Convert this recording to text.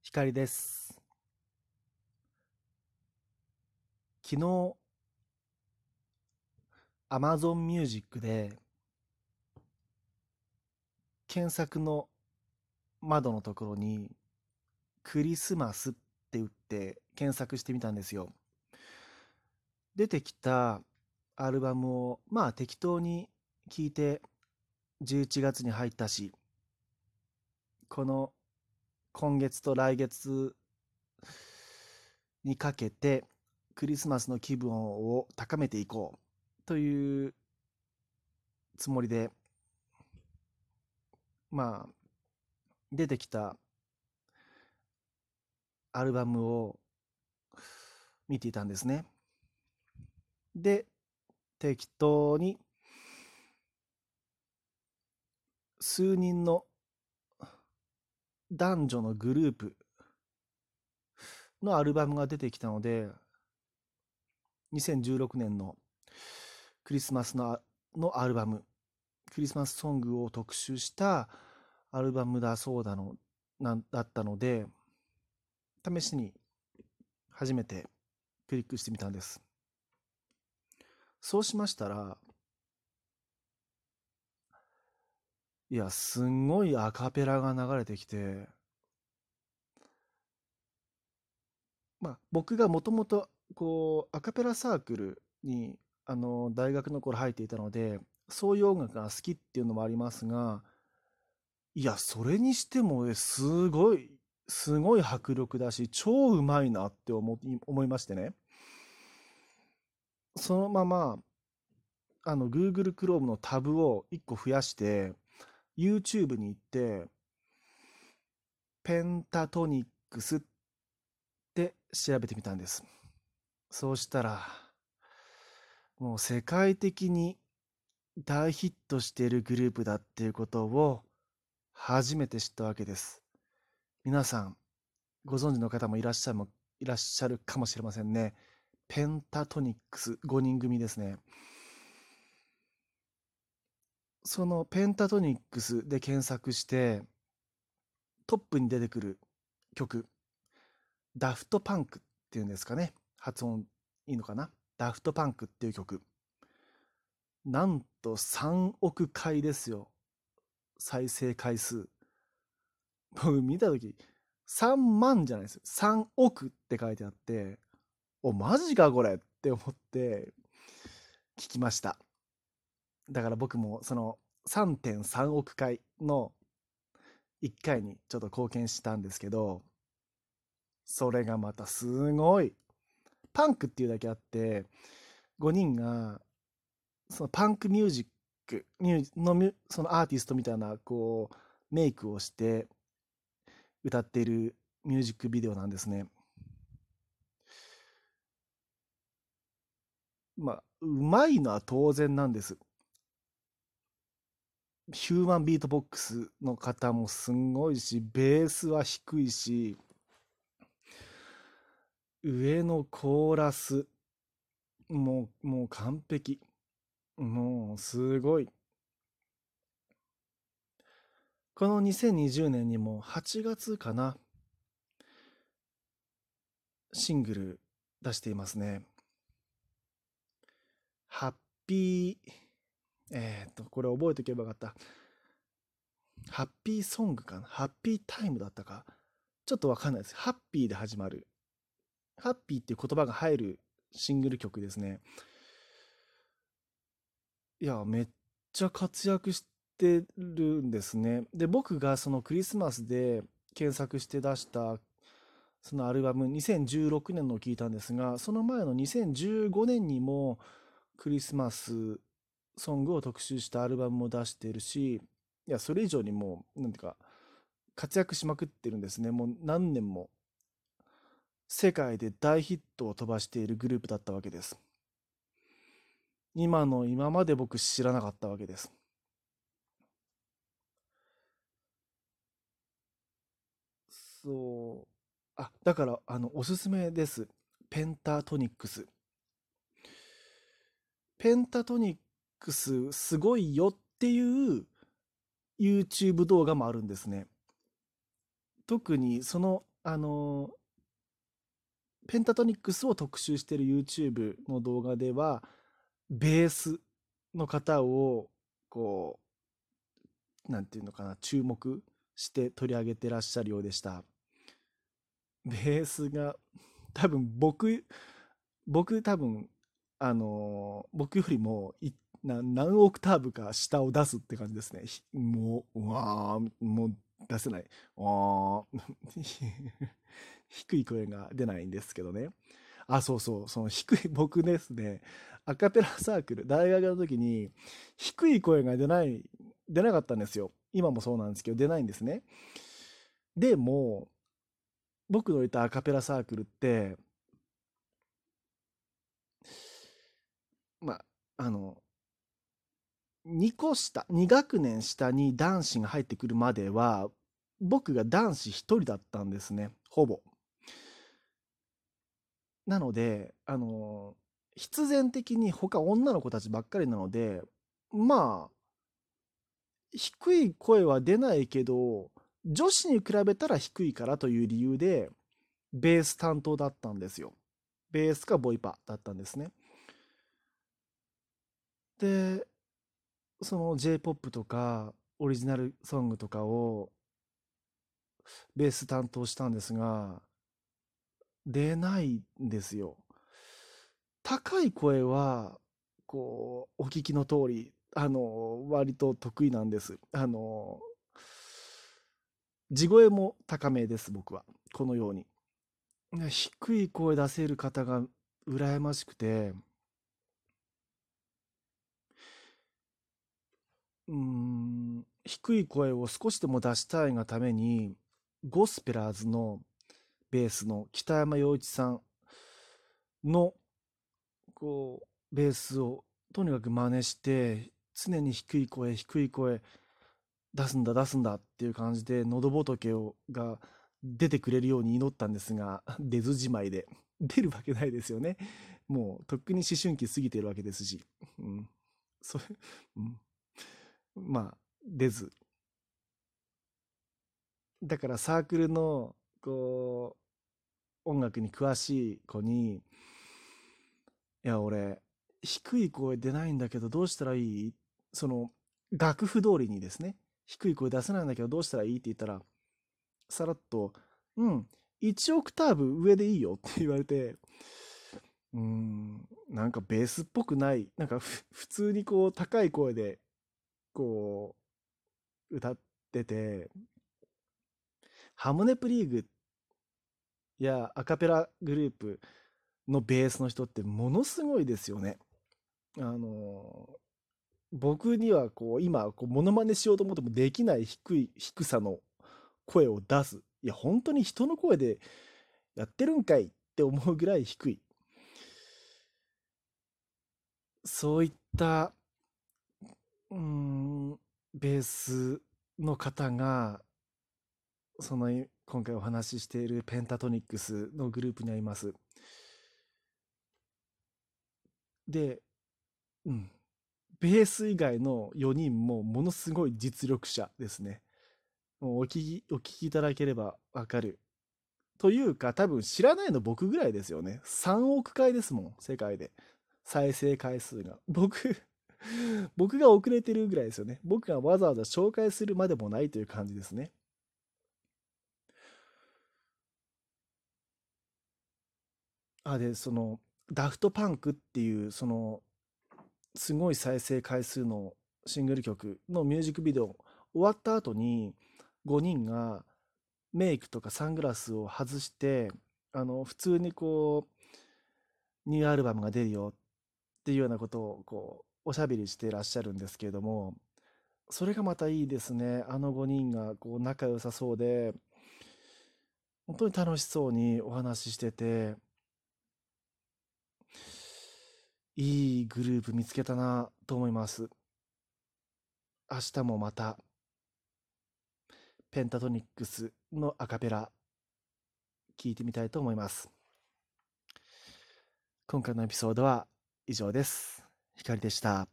光です。昨日 Amazon Music で検索の窓のところにクリスマスって打って検索してみたんですよ。出てきたアルバムを適当に聞いて、11月に入ったし、この今月と来月にかけてクリスマスの気分を高めていこうというつもりで、まあ出てきたアルバムを見ていたんですね。で、適当に数人の男女のグループのアルバムが出てきたので、2016年のクリスマスのアルバム、クリスマスソングを特集したアルバムだそうだったので、試しに初めてクリックしてみたんです。そうしましたら、いや、すんごいアカペラが流れてきて、僕がもともとアカペラサークルに大学の頃入っていたので、そういう音楽が好きっていうのもありますが、いや、それにしてもすごい迫力だし、超うまいなって思いましてね。そのまま、Google Chrome のタブを1個増やして、YouTube に行って、ペンタトニックスって調べてみたんです。そうしたら、もう世界的に大ヒットしているグループだっていうことを初めて知ったわけです。皆さんご存知の方もいらっしゃるかもしれませんね。ペンタトニックス5人組ですね。そのペンタトニックスで検索してトップに出てくる曲、ダフトパンクっていうんですかね。発音いいのかな。ダフトパンクっていう曲。なんと3億回ですよ。再生回数。僕見たとき、3万じゃないですよ。3億って書いてあって、マジかこれって思って聞きました。だから僕もその3.3億回の1回にちょっと貢献したんですけど、それがまたすごい。パンクっていうだけあって、5人がそのパンクミュージックそのアーティストみたいなメイクをして歌っているミュージックビデオなんですね。うまいのは当然なんです。ヒューマンビートボックスの方もすんごいし、ベースは低いし、上のコーラス、もう完璧。もうすごい。この2020年にも8月かな、シングル出していますね。ハッピー、これ覚えておけばよかった。ハッピーソングかな、ハッピータイムだったか。ちょっとわかんないです。ハッピーで始まる。ハッピーっていう言葉が入るシングル曲ですね。いや、めっちゃ活躍してるんですね。で、僕がそのクリスマスで検索して出したそのアルバム、2016年のを聞いたんですが、その前の2015年にもクリスマスソングを特集したアルバムも出しているし、いや、それ以上にもう、なんていうか、活躍しまくってるんですね。もう何年も世界で大ヒットを飛ばしているグループだったわけです。今まで僕知らなかったわけです。そう。だから、おすすめです。ペンタトニックス。ペンタトニックスすごいよっていう YouTube 動画もあるんですね。特にそのあの、ペンタトニックスを特集している YouTube の動画では、ベースの方を、こう、なんていうのかな、注目して取り上げてらっしゃるようでした。ベースが、多分僕多分、僕よりも何オクターブか下を出すって感じですね。もう、うわー、もう出せない。わー低い声が出ないんですけどね。あ、そうそう、その低い、僕ですね、アカペラサークル、大学の時に、低い声が出なかったんですよ。今もそうなんですけど、出ないんですね。でも、僕のいたアカペラサークルって、まあ、2個下、2学年下に男子が入ってくるまでは、僕が男子1人だったんですね、ほぼ。なので、必然的に他女の子たちばっかりなので、まあ、低い声は出ないけど、女子に比べたら低いからという理由で、ベース担当だったんですよ。ベースかボイパだったんですね。で、その J-POP とかオリジナルソングとかをベース担当したんですが、出ないんですよ。高い声は、こう、お聞きの通り、割と得意なんです。地声も高めです、僕は。このように。低い声出せる方が羨ましくて、低い声を少しでも出したいがために、ゴスペラーズのベースの北山洋一さんのこうベースをとにかく真似して、常に低い声出すんだっていう感じで喉仏が出てくれるように祈ったんですが、出ずじまいで。出るわけないですよね。もうとっくに思春期過ぎてるわけですし、うん、それ、うん、まあ出ず。だからサークルのこう音楽に詳しい子に、いや俺低い声出ないんだけどどうしたらいい、その楽譜通りにですね、低い声出せないんだけどどうしたらいいって言ったら、さらっと1オクターブ上でいいよって言われて、なんかベースっぽくない、なんか普通にこう高い声でこう歌ってて、ハモネプリーグやアカペラグループのベースの人ってものすごいですよね。あの僕にはこう今こうモノマネしようと思ってもできない低さの声を出す。いや本当に人の声でやってるんかいって思うぐらい低い。そういったうーんベースの方がその今回お話ししているペンタトニックスのグループにあります。で、うん、ベース以外の4人もものすごい実力者ですね。もうお聞きいただければわかる。というか、多分知らないの僕ぐらいですよね。3億回ですもん、世界で。再生回数が。僕が遅れてるぐらいですよね。僕がわざわざ紹介するまでもないという感じですね。で、その、ダフトパンクっていう、その、すごい再生回数のシングル曲のミュージックビデオ終わった後に5人がメイクとかサングラスを外して普通にこうニューアルバムが出るよっていうようなことをこうおしゃべりしていらっしゃるんですけれども、それがまたいいですね。あの5人がこう仲良さそうで本当に楽しそうにお話ししてて、いいグループ見つけたなと思います。明日もまたペンタトニックスのアカペラ聞いてみたいと思います。今回のエピソードは以上です。ひかりでした。